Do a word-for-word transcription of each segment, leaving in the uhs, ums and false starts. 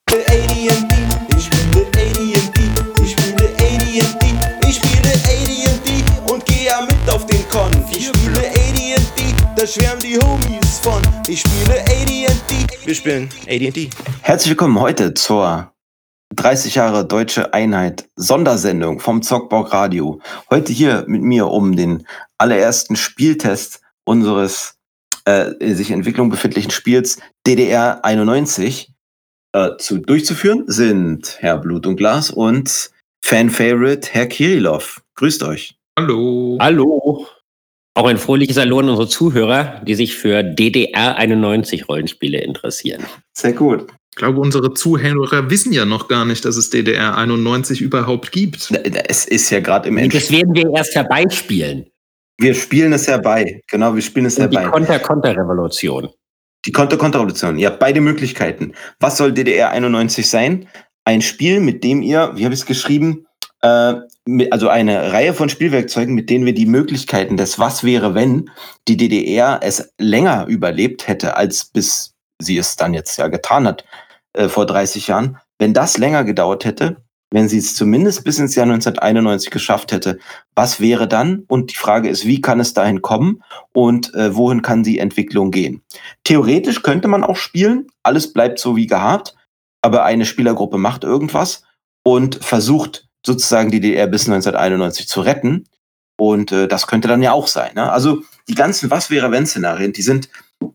A D und D, ich spiele A D und D, ich spiele A D und D, ich spiele A D und D und geh ja mit auf den Con. Ich spiele A D und D, da schwärmen die Homies von. Ich spiele A D und D, wir spielen A D und D. Herzlich willkommen heute zur dreißig Jahre Deutsche Einheit Sondersendung vom Zockbock Radio. Heute hier mit mir, um den allerersten Spieltest unseres äh, sich in Entwicklung befindlichen Spiels D D R einundneunzig äh, zu, durchzuführen, sind Herr Blut und Glas und Fan-Favorite Herr Kirillov. Grüßt euch. Hallo. Hallo. Auch ein fröhliches Hallo an unsere Zuhörer, die sich für D D R einundneunzig Rollenspiele interessieren. Sehr gut. Ich glaube, unsere Zuhörer wissen ja noch gar nicht, dass es D D R einundneunzig überhaupt gibt. Es ist ja gerade im Und Endspiel. das werden wir erst herbeispielen. Wir spielen es herbei. Genau, wir spielen es Und herbei. die Konter-Konter-Revolution. Die Konter-Konter-Revolution. Ihr habt beide Möglichkeiten. Was soll D D R einundneunzig sein? Ein Spiel, mit dem ihr, wie habe ich es geschrieben, äh, mit, also eine Reihe von Spielwerkzeugen, mit denen wir die Möglichkeiten des Was wäre, wenn die D D R es länger überlebt hätte, als bis sie es dann jetzt ja getan hat, äh, vor dreißig Jahren. Wenn das länger gedauert hätte, wenn sie es zumindest bis ins Jahr neunzehnhunderteinundneunzig geschafft hätte, was wäre dann? Und die Frage ist, wie kann es dahin kommen und äh, wohin kann die Entwicklung gehen? Theoretisch könnte man auch spielen, alles bleibt so wie gehabt, aber eine Spielergruppe macht irgendwas und versucht sozusagen die D D R bis neunzehnhunderteinundneunzig zu retten. Und äh, das könnte dann ja auch sein. Ne? Also die ganzen Was-wäre-wenn-Szenarien, die sind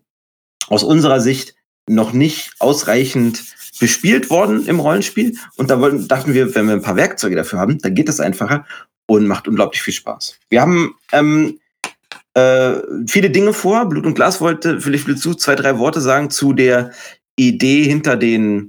aus unserer Sicht noch nicht ausreichend bespielt worden im Rollenspiel. Und da wollten, dachten wir, wenn wir ein paar Werkzeuge dafür haben, dann geht das einfacher und macht unglaublich viel Spaß. Wir haben ähm, äh, viele Dinge vor. Blut und Glas wollte, vielleicht willst du zwei, drei Worte sagen zu der Idee hinter den,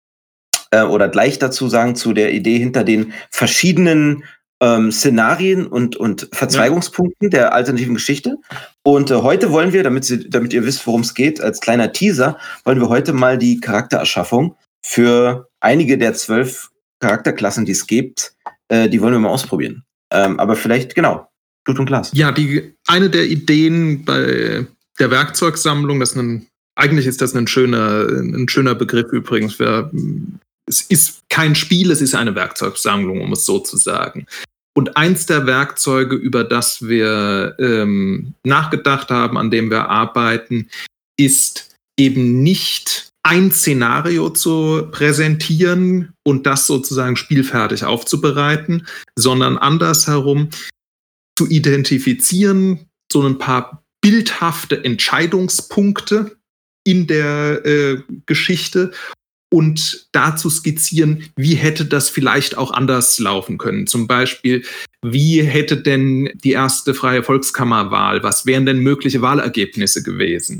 äh, oder gleich dazu sagen, zu der Idee hinter den verschiedenen ähm, Szenarien und, und Verzweigungspunkten der alternativen Geschichte. Und äh, heute wollen wir, damit, sie, damit ihr wisst, worum es geht, als kleiner Teaser, wollen wir heute mal die Charaktererschaffung für einige der zwölf Charakterklassen, die es gibt, äh, die wollen wir mal ausprobieren. Ähm, aber vielleicht, genau, Blut und Glas. Ja, die, eine der Ideen bei der Werkzeugsammlung, das ist ein, eigentlich ist das ein schöner, ein schöner Begriff übrigens. Für, es ist kein Spiel, es ist eine Werkzeugsammlung, um es so zu sagen. Und eins der Werkzeuge, über das wir ähm, nachgedacht haben, an dem wir arbeiten, ist eben nicht ein Szenario zu präsentieren und das sozusagen spielfertig aufzubereiten, sondern andersherum zu identifizieren, so ein paar bildhafte Entscheidungspunkte in der äh, Geschichte und dazu skizzieren, wie hätte das vielleicht auch anders laufen können. Zum Beispiel, wie hätte denn die erste freie Volkskammerwahl, was wären denn mögliche Wahlergebnisse gewesen?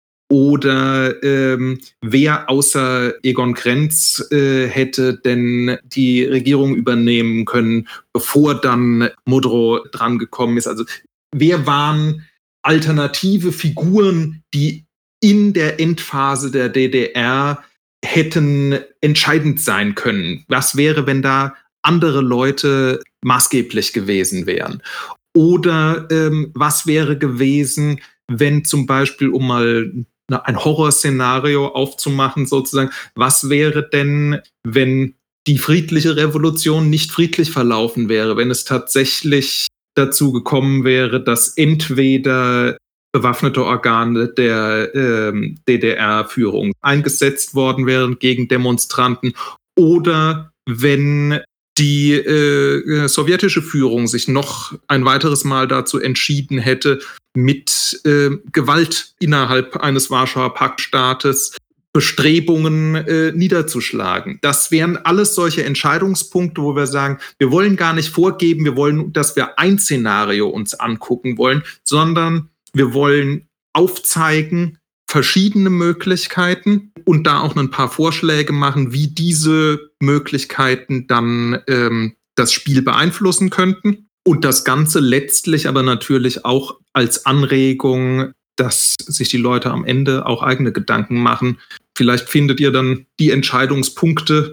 Oder ähm, wer außer Egon Krenz äh, hätte denn die Regierung übernehmen können, bevor dann Modrow drangekommen ist? Also wer waren alternative Figuren, die in der Endphase der D D R hätten entscheidend sein können? Was wäre, wenn da andere Leute maßgeblich gewesen wären? Oder ähm, was wäre gewesen, wenn zum Beispiel, um mal ein Horrorszenario aufzumachen sozusagen, was wäre denn, wenn die friedliche Revolution nicht friedlich verlaufen wäre, wenn es tatsächlich dazu gekommen wäre, dass entweder bewaffnete Organe der ähm, D D R-Führung eingesetzt worden wären gegen Demonstranten oder wenn die äh, sowjetische Führung sich noch ein weiteres Mal dazu entschieden hätte, mit äh, Gewalt innerhalb eines Warschauer Paktstaates Bestrebungen äh, niederzuschlagen. Das wären alles solche Entscheidungspunkte, wo wir sagen, wir wollen gar nicht vorgeben, wir wollen, dass wir ein Szenario uns angucken wollen, sondern wir wollen aufzeigen verschiedene Möglichkeiten und da auch ein paar Vorschläge machen, wie diese Möglichkeiten dann ähm, das Spiel beeinflussen könnten. Und das Ganze letztlich aber natürlich auch als Anregung, dass sich die Leute am Ende auch eigene Gedanken machen. Vielleicht findet ihr dann die Entscheidungspunkte,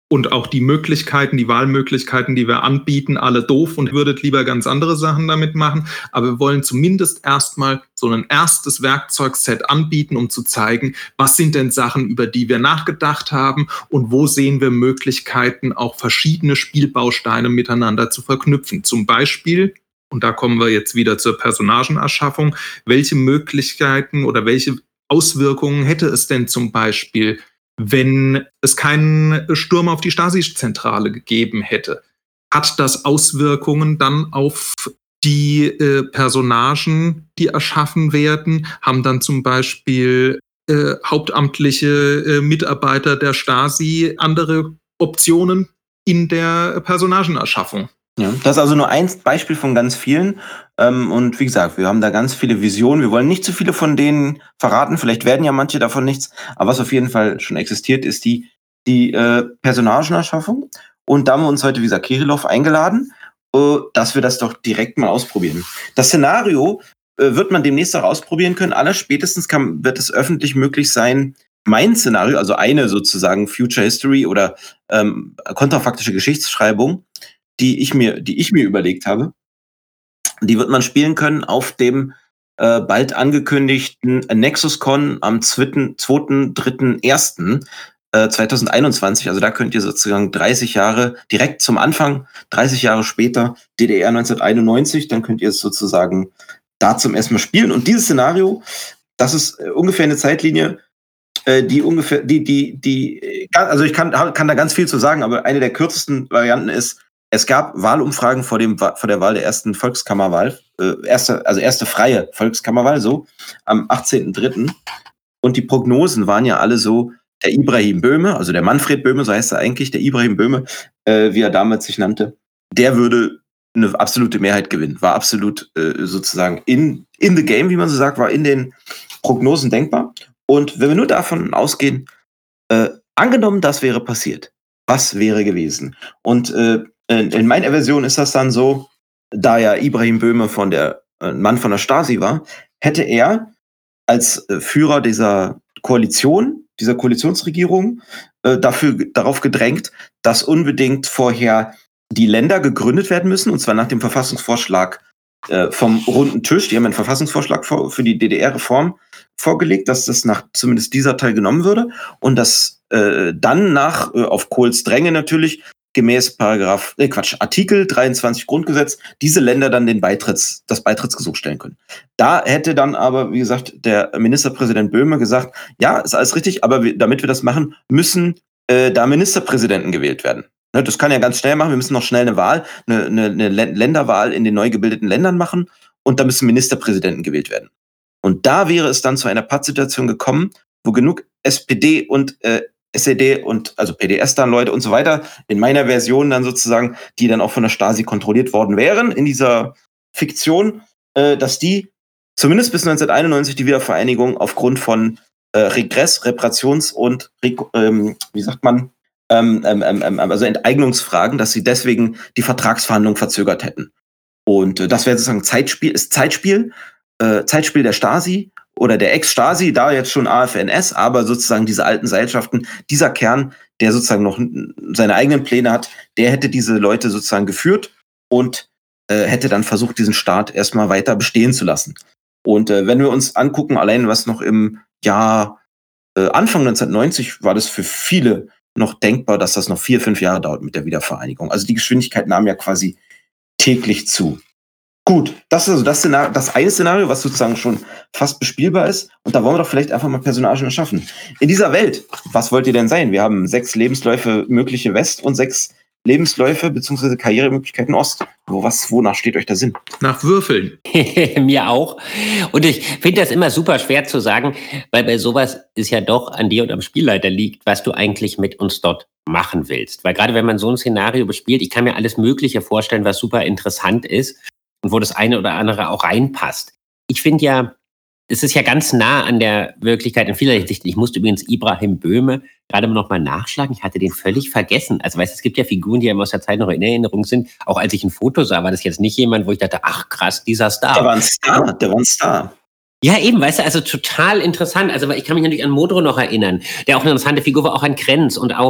und auch die Möglichkeiten, die Wahlmöglichkeiten, die wir anbieten, alle doof und würdet lieber ganz andere Sachen damit machen. Aber wir wollen zumindest erstmal so ein erstes Werkzeugset anbieten, um zu zeigen, was sind denn Sachen, über die wir nachgedacht haben und wo sehen wir Möglichkeiten, auch verschiedene Spielbausteine miteinander zu verknüpfen. Zum Beispiel, und da kommen wir jetzt wieder zur Personagenerschaffung, welche Möglichkeiten oder welche Auswirkungen hätte es denn zum Beispiel, wenn es keinen Sturm auf die Stasi-Zentrale gegeben hätte? Hat das Auswirkungen dann auf die äh, Personagen, die erschaffen werden? Haben dann zum Beispiel äh, hauptamtliche äh, Mitarbeiter der Stasi andere Optionen in der Personagenerschaffung? Ja, das ist also nur ein Beispiel von ganz vielen. Ähm, und wie gesagt, wir haben da ganz viele Visionen. Wir wollen nicht zu viele von denen verraten. Vielleicht werden ja manche davon nichts. Aber was auf jeden Fall schon existiert, ist die, die äh, Personagenerschaffung. Und da haben wir uns heute, wie gesagt, Kirillov eingeladen, äh, dass wir das doch direkt mal ausprobieren. Das Szenario äh, wird man demnächst auch ausprobieren können. Allerspätestens kann, wird es öffentlich möglich sein, mein Szenario, also eine sozusagen Future History oder ähm, kontrafaktische Geschichtsschreibung, die ich mir, die ich mir überlegt habe, die wird man spielen können auf dem äh, bald angekündigten NexusCon am zweiten, dritten, ersten zweitausendeinundzwanzig. Also da könnt ihr sozusagen dreißig Jahre, direkt zum Anfang, dreißig Jahre später, D D R neunzehnhunderteinundneunzig, dann könnt ihr es sozusagen da zum ersten Mal spielen. Und dieses Szenario, das ist äh, ungefähr eine Zeitlinie, äh, die ungefähr, die, die, die, also ich kann, kann da ganz viel zu sagen, aber eine der kürzesten Varianten ist, es gab Wahlumfragen vor dem vor der Wahl der ersten Volkskammerwahl, äh, erste, also erste freie Volkskammerwahl, so am achtzehnten dritten Und die Prognosen waren ja alle so, der Ibrahim Böhme, also der Manfred Böhme, so heißt er eigentlich, der Ibrahim Böhme, äh, wie er damals sich nannte, der würde eine absolute Mehrheit gewinnen. War absolut äh, sozusagen in, in the game, wie man so sagt, war in den Prognosen denkbar. Und wenn wir nur davon ausgehen, äh, angenommen, das wäre passiert, was wäre gewesen? Und äh, in meiner Version ist das dann so, da ja Ibrahim Böhme von der äh, Mann von der Stasi war, hätte er als äh, Führer dieser Koalition, dieser Koalitionsregierung, äh, dafür darauf gedrängt, dass unbedingt vorher die Länder gegründet werden müssen, und zwar nach dem Verfassungsvorschlag äh, vom Runden Tisch. Die haben einen Verfassungsvorschlag vor, für die D D R-Reform vorgelegt, dass das nach zumindest dieser Teil genommen würde und dass äh, dann nach, äh, auf Kohls Dränge natürlich, gemäß Paragraph, äh Quatsch, Artikel dreiundzwanzig Grundgesetz, diese Länder dann den Beitritts, das Beitrittsgesuch stellen können. Da hätte dann aber, wie gesagt, der Ministerpräsident Böhme gesagt, ja, ist alles richtig, aber wir, damit wir das machen, müssen äh, da Ministerpräsidenten gewählt werden. Ne, das kann ja ganz schnell machen, wir müssen noch schnell eine Wahl, eine, eine, eine Länderwahl in den neu gebildeten Ländern machen und da müssen Ministerpräsidenten gewählt werden. Und da wäre es dann zu einer Pattsituation gekommen, wo genug S P D und äh, S E D und also P D S dann Leute und so weiter, in meiner Version dann sozusagen, die dann auch von der Stasi kontrolliert worden wären, in dieser Fiktion, äh, dass die zumindest bis neunzehnhunderteinundneunzig die Wiedervereinigung aufgrund von äh, Regress, Reparations- und, ähm, wie sagt man, ähm, ähm, ähm, also Enteignungsfragen, dass sie deswegen die Vertragsverhandlungen verzögert hätten. Und äh, das wäre sozusagen Zeitspiel, ist Zeitspiel, äh, Zeitspiel der Stasi, oder der Ex-Stasi, da jetzt schon A F N S, aber sozusagen diese alten Seilschaften, dieser Kern, der sozusagen noch seine eigenen Pläne hat, der hätte diese Leute sozusagen geführt und äh, hätte dann versucht, diesen Staat erstmal weiter bestehen zu lassen. Und äh, wenn wir uns angucken, allein was noch im Jahr äh, Anfang neunzehnhundertneunzig war das für viele noch denkbar, dass das noch vier, fünf Jahre dauert mit der Wiedervereinigung. Also die Geschwindigkeit nahm ja quasi täglich zu. Gut, das ist also das Szenario, das eine Szenario, was sozusagen schon fast bespielbar ist. Und da wollen wir doch vielleicht einfach mal Personagen erschaffen. In dieser Welt, was wollt ihr denn sein? Wir haben sechs Lebensläufe mögliche West und sechs Lebensläufe bzw. Karrieremöglichkeiten Ost. Wo, was, wonach steht euch der Sinn? Nach Würfeln. Mir auch. Und ich finde das immer super schwer zu sagen, weil bei sowas ist ja doch an dir und am Spielleiter liegt, was du eigentlich mit uns dort machen willst. Weil gerade wenn man so ein Szenario bespielt, ich kann mir alles Mögliche vorstellen, was super interessant ist. Und wo das eine oder andere auch reinpasst. Ich finde ja, es ist ja ganz nah an der Wirklichkeit in vieler Hinsicht. Ich musste übrigens Ibrahim Böhme gerade noch mal nachschlagen. Ich hatte den völlig vergessen. Also weißt, es gibt ja Figuren, die einem aus der Zeit noch in Erinnerung sind. Auch als ich ein Foto sah, war das jetzt nicht jemand, wo ich dachte, ach krass, dieser Star. Der war ein Star, der war ein Star. Ja, eben, weißt du, also total interessant. Also ich kann mich natürlich an Modrow noch erinnern, der auch eine interessante Figur war, auch an Krenz und auch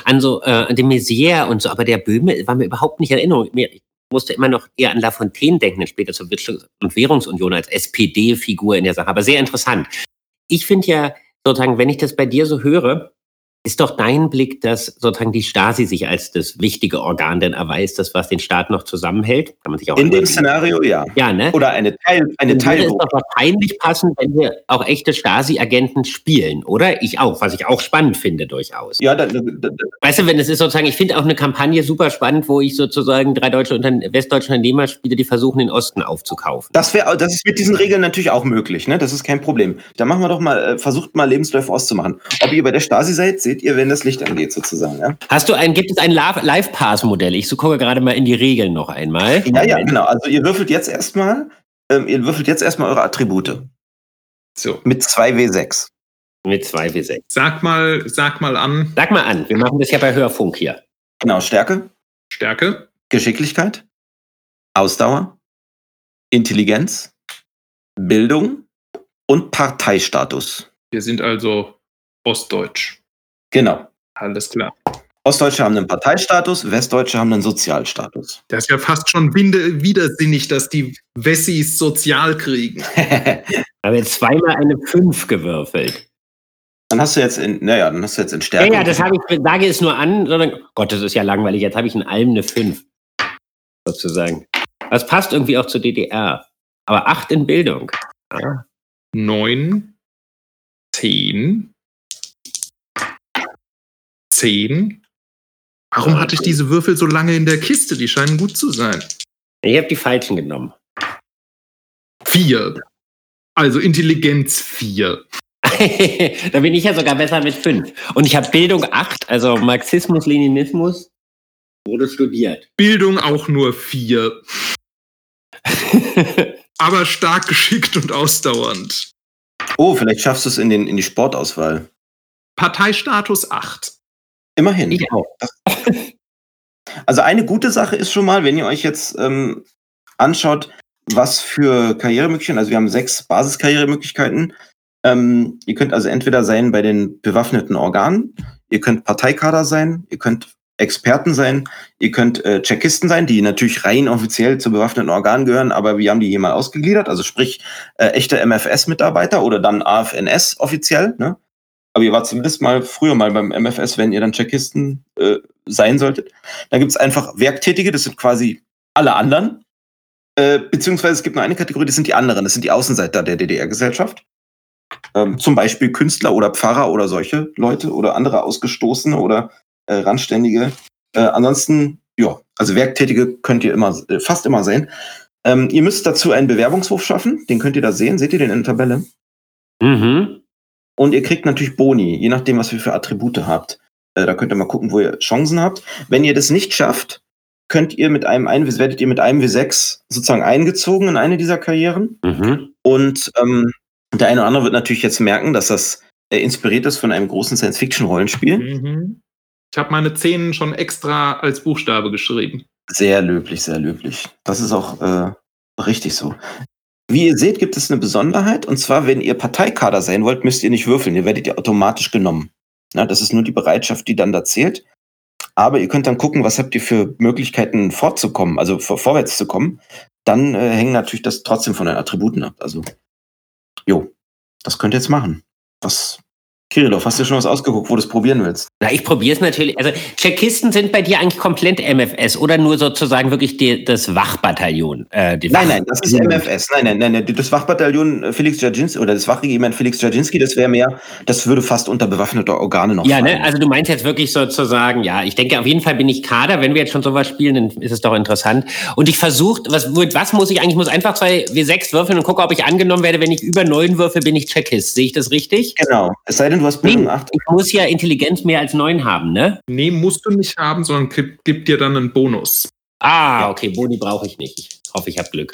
an so äh, den Maizière und so, aber der Böhme war mir überhaupt nicht in Erinnerung. Mir, ich musste immer noch eher an Lafontaine denken, später zur Wirtschafts- und Währungsunion als S P D-Figur in der Sache. Aber sehr interessant. Ich finde ja sozusagen, wenn ich das bei dir so höre, ist doch dein Blick, dass sozusagen die Stasi sich als das wichtige Organ denn erweist, das, was den Staat noch zusammenhält? Kann man sich auch In dem überlegen. Szenario, ja. Ja, ne? Oder eine, Teil, eine Dann würde es Teilgruppe. doch wahrscheinlich passen, wenn wir auch echte Stasi-Agenten spielen, oder? Ich auch, was ich auch spannend finde durchaus. Ja, da, da, da, Weißt du, wenn es ist sozusagen, ich finde auch eine Kampagne super spannend, wo ich sozusagen drei deutsche Unterne- westdeutsche Unternehmer spiele, die versuchen, den Osten aufzukaufen. das, wär, das ist mit diesen Regeln natürlich auch möglich, ne? Das ist kein Problem. Da machen wir doch mal, äh, versucht mal Lebensläufe auszumachen. Ob ihr bei der Stasi seid, seht ihr, wenn das Licht angeht, sozusagen. Ja, Hast du ein, gibt es ein La- Live-Pass-Modell? Ich so gucke gerade mal in die Regeln noch einmal. ja, ja, genau. Also ihr würfelt jetzt erstmal, ähm, ihr würfelt jetzt erstmal eure Attribute. So, Mit zwei W sechs. Mit zwei W sechs. sag mal, sag mal an, Sag mal an, wir machen das ja bei Hörfunk hier. Genau, Stärke, Stärke, Geschicklichkeit, Ausdauer, Intelligenz, Bildung und Parteistatus. wir sind also ostdeutsch. Genau. Alles klar. Ostdeutsche haben einen Parteistatus, Westdeutsche haben einen Sozialstatus. Das ist ja fast schon winde- widersinnig, dass die Wessis sozial kriegen. Aber jetzt zweimal eine fünf gewürfelt. Dann hast du jetzt in, naja, dann hast du jetzt in Ja, Stärke. ja, das habe ich, sage es nur an, sondern, Gott, das ist ja langweilig, jetzt habe ich in allem eine fünf. Sozusagen. Das passt irgendwie auch zur D D R. Aber acht in Bildung. Ja. Neun, zehn, zehn. Warum hatte ich diese Würfel so lange in der Kiste? Die scheinen gut zu sein. Ich habe die falschen genommen. Vier. Also Intelligenz vier. Da bin ich ja sogar besser mit fünf. Und ich habe Bildung acht, also Marxismus, Leninismus, wurde studiert. Bildung auch nur vier. Aber stark geschickt und ausdauernd. Oh, vielleicht schaffst du es in, den, in die Sportauswahl. Parteistatus acht. Immerhin. Ich auch. Also eine gute Sache ist schon mal, wenn ihr euch jetzt ähm, anschaut, was für Karrieremöglichkeiten, also wir haben sechs Basiskarrieremöglichkeiten. Ähm, ihr könnt also entweder sein bei den bewaffneten Organen, ihr könnt Parteikader sein, ihr könnt Experten sein, ihr könnt äh, Tschechisten sein, die natürlich rein offiziell zu bewaffneten Organen gehören, aber wir haben die hier mal ausgegliedert, also sprich äh, echte M F S-Mitarbeiter oder dann A F N S offiziell, ne? Aber ihr wart zumindest mal früher mal beim M F S, wenn ihr dann Tschechisten äh, sein solltet. Dann gibt es einfach Werktätige, das sind quasi alle anderen. Äh, beziehungsweise es gibt nur eine Kategorie, das sind die anderen, das sind die Außenseiter der D D R-Gesellschaft. Ähm, zum Beispiel Künstler oder Pfarrer oder solche Leute oder andere Ausgestoßene oder äh, Randständige. Äh, ansonsten, ja, also Werktätige könnt ihr immer, äh, fast immer sein. Ähm, ihr müsst dazu einen Bewerbungswurf schaffen, den könnt ihr da sehen. Seht ihr den in der Tabelle? Mhm. Und ihr kriegt natürlich Boni, je nachdem, was ihr für Attribute habt. Äh, da könnt ihr mal gucken, wo ihr Chancen habt. Wenn ihr das nicht schafft, könnt ihr mit einem, ein, werdet ihr mit einem W sechs sozusagen eingezogen in eine dieser Karrieren. Mhm. Und ähm, der eine oder andere wird natürlich jetzt merken, dass das äh, inspiriert ist von einem großen Science-Fiction-Rollenspiel. Mhm. Ich habe meine Zehn schon extra als Buchstabe geschrieben. Sehr löblich, sehr löblich. Das ist auch äh, richtig so. Wie ihr seht, gibt es eine Besonderheit. Und zwar, wenn ihr Parteikader sein wollt, müsst ihr nicht würfeln. Ihr werdet ja automatisch genommen. Ja, das ist nur die Bereitschaft, die dann da zählt. Aber ihr könnt dann gucken, was habt ihr für Möglichkeiten fortzukommen, also vor, vorwärts zu kommen. Dann äh, hängen natürlich das trotzdem von den Attributen ab. Also, jo, das könnt ihr jetzt machen. Was, Kirillov, hast du schon was ausgeguckt, wo du es probieren willst? Na, ich probiere es natürlich. Also Tschechisten sind bei dir eigentlich komplett M F S oder nur sozusagen wirklich die, das Wachbataillon? Äh, die Nein, Wach- nein, das ist M F S. Nein, nein, nein, nein. Das Wachbataillon äh, Felix Dzerzhinsky oder das Wachregiment Felix Dzerzhinsky, das wäre mehr, das würde fast unter bewaffnete Organe noch Ja, fallen. ne? Also du meinst jetzt wirklich sozusagen, ja, ich denke, auf jeden Fall bin ich Kader. Wenn wir jetzt schon sowas spielen, dann ist es doch interessant. Und ich versuche, was, mit was muss ich eigentlich? Ich muss einfach zwei W sechs würfeln und gucke, ob ich angenommen werde. Wenn ich über neun würfel, bin ich Tschechist. Sehe ich das richtig? Genau. Es sei denn, du hast Bildung Nee, acht. ich muss ja Intelligenz mehr als neun haben, ne? Nee, musst du nicht haben, sondern gibt, gibt dir dann einen Bonus. Ah, okay, Boni brauche ich nicht. Ich hoffe, ich habe Glück.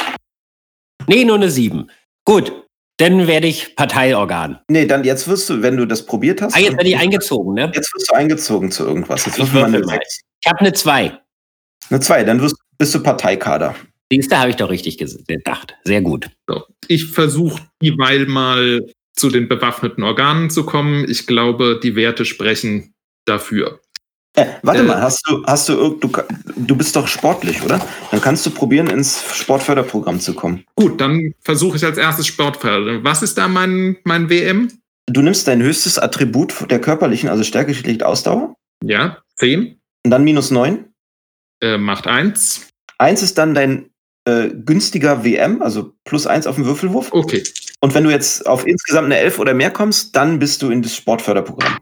Nee, nur eine sieben. Gut, dann werde ich Parteiorgan. Nee, dann jetzt wirst du, wenn du das probiert hast. Ah, jetzt werde ich eingezogen, ne? Jetzt wirst du eingezogen zu irgendwas. Jetzt Ich wirst du mal eine würfel mal. sechs. Ich habe eine zwei. Eine zwei, dann wirst, bist du Parteikader. Siehst du, habe ich doch richtig ges- gedacht. Sehr gut. So. Ich versuche dieweil mal zu den bewaffneten Organen zu kommen. Ich glaube, die Werte sprechen dafür. Äh, warte Äh. mal, hast du, hast du, irg- du, ka- du bist doch sportlich, oder? Dann kannst du probieren, ins Sportförderprogramm zu kommen. Gut, dann versuche ich als erstes Sportförderung. Was ist da mein, mein W M? Du nimmst dein höchstes Attribut der körperlichen, also Stärke, Geschick, Ausdauer, Ja, zehn. und dann minus neun. Äh, macht eins. Eins ist dann dein äh, günstiger W M, also plus eins auf den Würfelwurf. Okay. Und wenn du jetzt auf insgesamt eine elf oder mehr kommst, dann bist du in das Sportförderprogramm.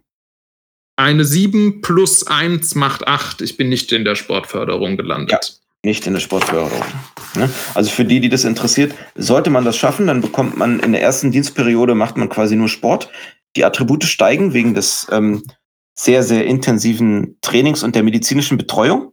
Eine sieben plus eins macht acht. Ich bin nicht in der Sportförderung gelandet. Nicht in der Sportförderung. Ne? Also für die, die das interessiert, sollte man das schaffen, dann bekommt man in der ersten Dienstperiode, macht man quasi nur Sport. Die Attribute steigen wegen des ähm, sehr, sehr intensiven Trainings und der medizinischen Betreuung.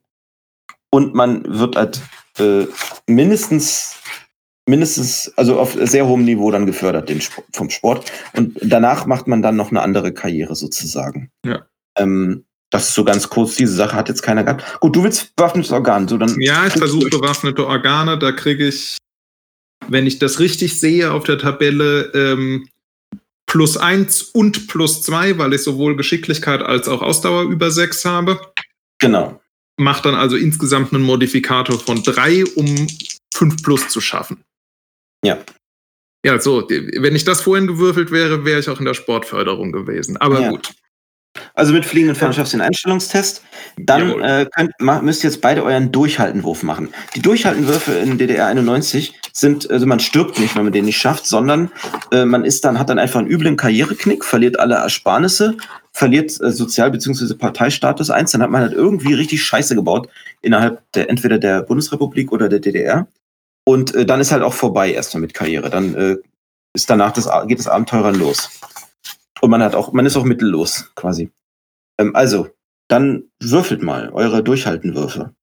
Und man wird halt äh, mindestens, mindestens, also auf sehr hohem Niveau dann gefördert den Sp- vom Sport. Und danach macht man dann noch eine andere Karriere sozusagen. Ja. Ähm, das ist so ganz kurz, diese Sache hat jetzt keiner gehabt. Gut, du willst bewaffnetes Organ. So, dann Ja, ich versuche bewaffnete Organe. Da kriege ich, wenn ich das richtig sehe auf der Tabelle, ähm, plus eins und plus zwei, weil ich sowohl Geschicklichkeit als auch Ausdauer über sechs habe. Genau. Macht dann also insgesamt einen Modifikator von drei, um fünf plus zu schaffen. Ja. Ja, so, die- wenn ich das vorhin gewürfelt wäre, wäre ich auch in der Sportförderung gewesen. Aber Ja. gut. Also mit fliegenden Fern schaffst du den Einstellungstest. Dann Jawohl. äh, könnt, ma, müsst ihr jetzt beide euren Durchhaltenwurf machen. Die Durchhaltenwürfe in D D R einundneunzig sind, also man stirbt nicht, wenn man den nicht schafft, sondern äh, man ist dann, hat dann einfach einen üblen Karriereknick, verliert alle Ersparnisse, verliert äh, Sozial- bzw. Parteistatus eins, dann hat man halt irgendwie richtig Scheiße gebaut innerhalb der entweder der Bundesrepublik oder der D D R. Und äh, dann ist halt auch vorbei erstmal mit Karriere. Dann äh, ist danach das, geht das Abenteurern los. Und man hat auch, man ist auch mittellos, quasi. Ähm, also, dann würfelt mal eure Durchhaltenwürfe.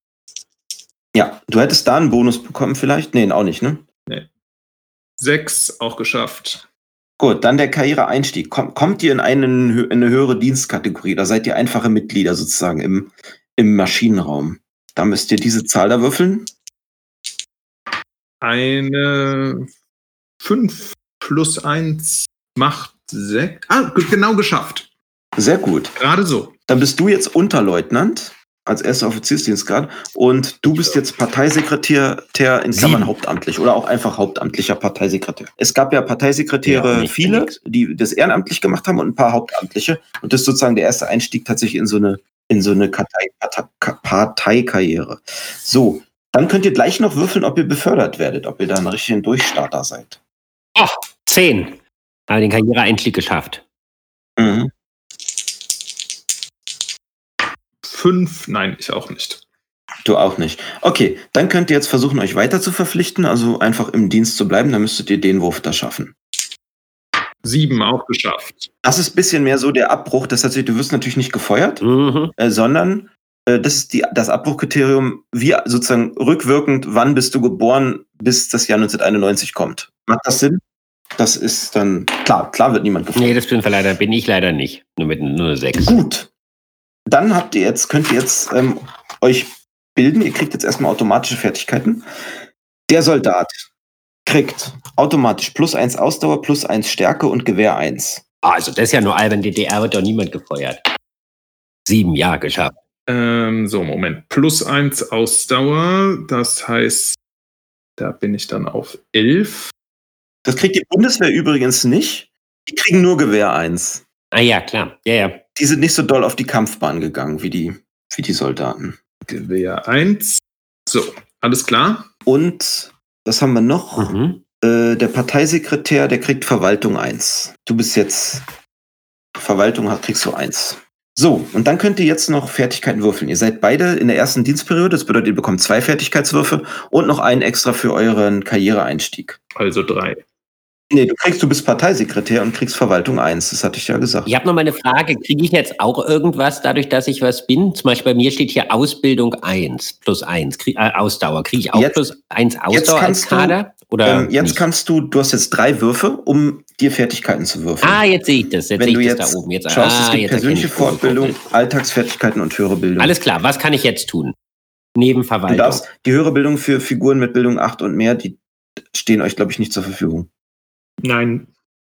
Ja, du hättest da einen Bonus bekommen vielleicht? Nee, auch nicht, ne? Sechs auch geschafft. Gut, dann der Karriereeinstieg. Komm, kommt ihr in, einen, in eine höhere Dienstkategorie? Da seid ihr einfache Mitglieder sozusagen im, im Maschinenraum. Da müsst ihr diese Zahl da würfeln. Eine fünf plus eins macht sechs. Ah, g- genau geschafft. Sehr gut. Gerade so. Dann bist du jetzt Unterleutnant als erster Offiziersdienstgrad und du bist jetzt Parteisekretär der in Klammern Sieben. hauptamtlich oder auch einfach hauptamtlicher Parteisekretär. Es gab ja Parteisekretäre, Ja, nicht viele, nix. die das ehrenamtlich gemacht haben und ein paar hauptamtliche. Und das ist sozusagen der erste Einstieg tatsächlich in so eine, in so eine Partei, Partei, Parteikarriere. So, dann könnt ihr gleich noch würfeln, ob ihr befördert werdet, ob ihr da ein richtiger Durchstarter seid. Zehn. Aber den Karriereeinstieg geschafft. Mhm. Fünf, nein, ich auch nicht. Du auch nicht. Okay, dann könnt ihr jetzt versuchen, euch weiter zu verpflichten, also einfach im Dienst zu bleiben, dann müsstet ihr den Wurf da schaffen. Sieben auch geschafft. Das ist ein bisschen mehr so der Abbruch, das heißt, du wirst natürlich nicht gefeuert, Mhm. äh, sondern äh, das ist die, das Abbruchkriterium, wie sozusagen rückwirkend, wann bist du geboren, bis das Jahr neunzehnhunderteinundneunzig kommt. Macht das Sinn? Das ist dann, klar, klar wird niemand gefeuert. Nee, das stimmt leider, bin ich leider nicht. Nur mit nur eine sechs. Gut. Dann habt ihr jetzt, könnt ihr jetzt ähm, euch bilden. Ihr kriegt jetzt erstmal automatische Fertigkeiten. Der Soldat kriegt automatisch plus eins Ausdauer, plus eins Stärke und Gewehr eins. Also, das ist ja nur albern. D D R wird doch niemand gefeuert. Sieben, ja, geschafft. Ähm, so, Moment. Plus eins Ausdauer, das heißt, da bin ich dann auf elf. Das kriegt die Bundeswehr übrigens nicht. Die kriegen nur Gewehr eins. Ah ja, klar. Ja, ja. Die sind nicht so doll auf die Kampfbahn gegangen wie die, wie die Soldaten. Gewehr eins. So, alles klar. Und was haben wir noch? Mhm. Äh, der Parteisekretär, der kriegt Verwaltung eins. Du bist jetzt Verwaltung, hast- kriegst du eins. So, und dann könnt ihr jetzt noch Fertigkeiten würfeln. Ihr seid beide in der ersten Dienstperiode, das bedeutet, ihr bekommt zwei Fertigkeitswürfe und noch einen extra für euren Karriereeinstieg. Also drei. Nee, du kriegst, du bist Parteisekretär und kriegst Verwaltung eins, das hatte ich ja gesagt. Ich habe noch mal eine Frage. Kriege ich jetzt auch irgendwas dadurch, dass ich was bin? Zum Beispiel bei mir steht hier Ausbildung eins plus eins. Krieg, äh, Ausdauer. Kriege ich auch Jetzt- plus eins jetzt Ausdauer als kannst du, Kader? Oder Ähm, jetzt nicht? kannst du, du hast jetzt drei Würfe, um dir Fertigkeiten zu würfeln. Ah, jetzt sehe ich das. Jetzt Wenn sehe du ich jetzt das da oben. Jetzt, schaust, ah, es gibt jetzt persönliche erkenne ich, wo Fortbildung, geguckt Alltagsfertigkeiten und höhere Bildung. ist. Alles klar. Was kann ich jetzt tun? Neben Du Verwaltung. darfst, die höhere Bildung für Figuren mit Bildung acht und mehr, die stehen euch, glaube ich, nicht zur Verfügung. Nein.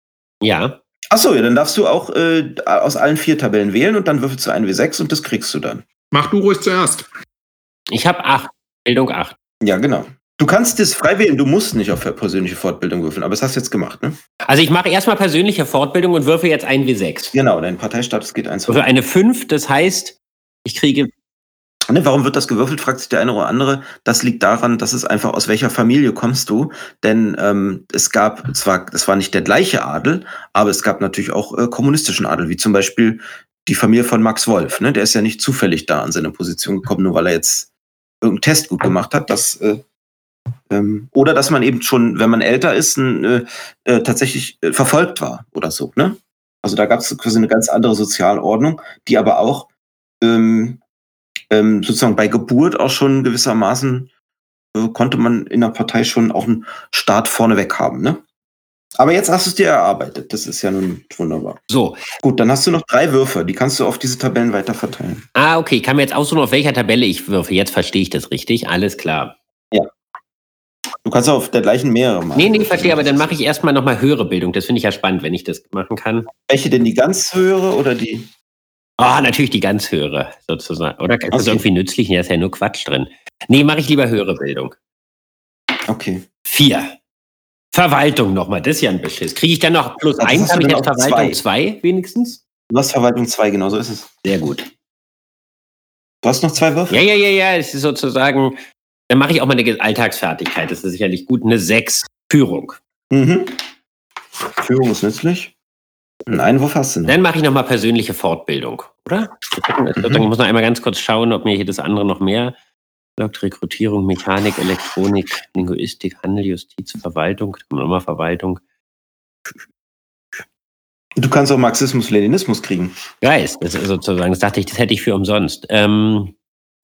Ja. Achso, ja, dann darfst du auch äh, aus allen vier Tabellen wählen und dann würfelst du ein W sechs und das kriegst du dann. Mach du ruhig zuerst. Ich habe acht. Bildung acht. Ja, genau. Du kannst das frei wählen, du musst nicht auf persönliche Fortbildung würfeln, aber das hast du jetzt gemacht, ne? Also ich mache erstmal persönliche Fortbildung und würfe jetzt ein W sechs. Genau, dein Parteistatus geht eins. Für eine fünf, das heißt, ich kriege... Ne, warum wird das gewürfelt, fragt sich der eine oder andere. Das liegt daran, dass es einfach, aus welcher Familie kommst du? Denn ähm, es gab zwar, das war nicht der gleiche Adel, aber es gab natürlich auch äh, kommunistischen Adel, wie zum Beispiel die Familie von Max Wolf. Ne? Der ist ja nicht zufällig da an seine Position gekommen, nur weil er jetzt irgendeinen Test gut gemacht hat. Das, äh, ähm, oder dass man eben schon, wenn man älter ist, ein, äh, äh, tatsächlich äh, verfolgt war oder so. Ne? Also da gab es quasi eine ganz andere Sozialordnung, die aber auch ähm, ähm, sozusagen bei Geburt auch schon gewissermaßen äh, konnte man in der Partei schon auch einen Start vorneweg haben. Ne? Aber jetzt hast du es dir erarbeitet. Das ist ja nun wunderbar. So. Gut, dann hast du noch drei Würfe. Die kannst du auf diese Tabellen weiter verteilen. Ah, okay. Ich kann mir jetzt aussuchen, auf welcher Tabelle ich würfe. Jetzt verstehe ich das richtig. Alles klar. Ja. Du kannst auch auf der gleichen mehrere machen. Nee, nee, verstehe. Aber dann mache ich erstmal nochmal höhere Bildung. Das finde ich ja spannend, wenn ich das machen kann. Welche denn, die ganz höhere oder die? Ah, oh, natürlich die ganz höhere, sozusagen. Oder ist das Okay. irgendwie nützlich? Da ist ja nur Quatsch drin. Nee, mache ich lieber höhere Bildung. Okay. Vier. Verwaltung nochmal, das ist ja ein Beschiss. Kriege ich dann noch plus Also eins? hast du Habe ich dann jetzt auch Verwaltung zwei. zwei wenigstens? Du hast Verwaltung zwei, genau so ist es. Sehr gut. Du hast noch zwei Würfe? Ja, ja, ja, ja. Es ist sozusagen, dann mache ich auch mal eine Alltagsfertigkeit. Das ist sicherlich gut. Eine sechs. Führung. Mhm. Führung ist nützlich. Einen Einwurf hast du noch. Dann mache ich nochmal persönliche Fortbildung, oder? Wir gucken, Mhm. Ich muss noch einmal ganz kurz schauen, ob mir hier das andere noch mehr sagt. Rekrutierung, Mechanik, Elektronik, Linguistik, Handel, Justiz, Verwaltung. Nochmal Verwaltung. Du kannst auch Marxismus, Leninismus kriegen. Geist, das ist sozusagen, das dachte ich, das hätte ich für umsonst. Ähm,